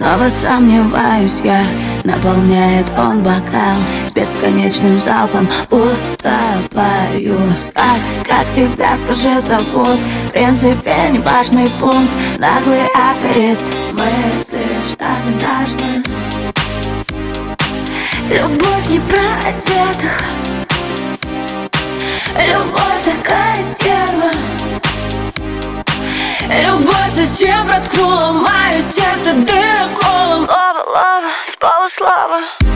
Снова сомневаюсь я, наполняет он бокал с бесконечным залпом утопаю. Как тебя, скажи, зовут? В принципе, не важный пункт. Наглый аферист, мыслишь так винтажно. Любовь не про одетых, любовь такая стерва. Любовь зачем проткнула мое сердце дыроколом? Лава, лава, спала слава.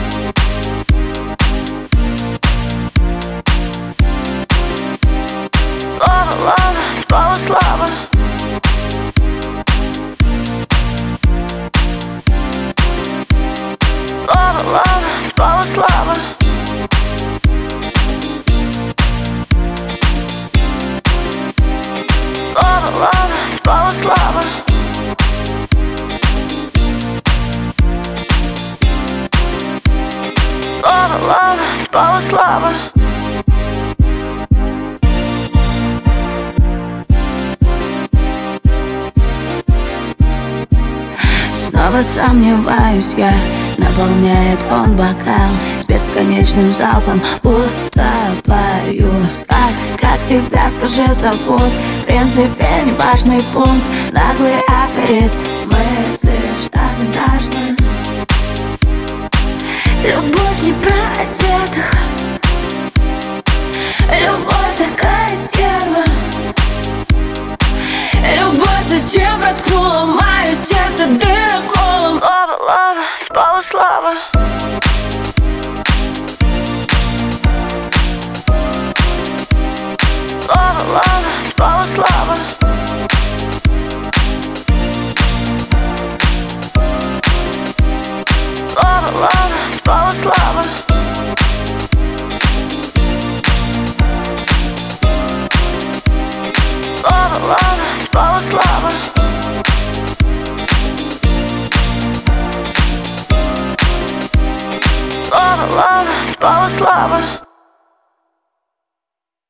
Лава, лава, спала слава. Лава, лава, спала слава. Лава, лава, спала слава. Лава, лава, спала слава. Снова сомневаюсь я, наполняет он бокал с бесконечным залпом утопаю. Как тебя, скажи, зовут? В принципе, не важный пункт. Наглый аферист, мыслишь так винтажно. Любовь не про одетых, любовь такая стерва. Любовь зачем проткнула мое сердце дыроколом? Лава, лава, спала слава. Лава, лава, спала слава. Лава, лава, спала слава. Лава, лава, спала слава. Лава, лава, спала слава.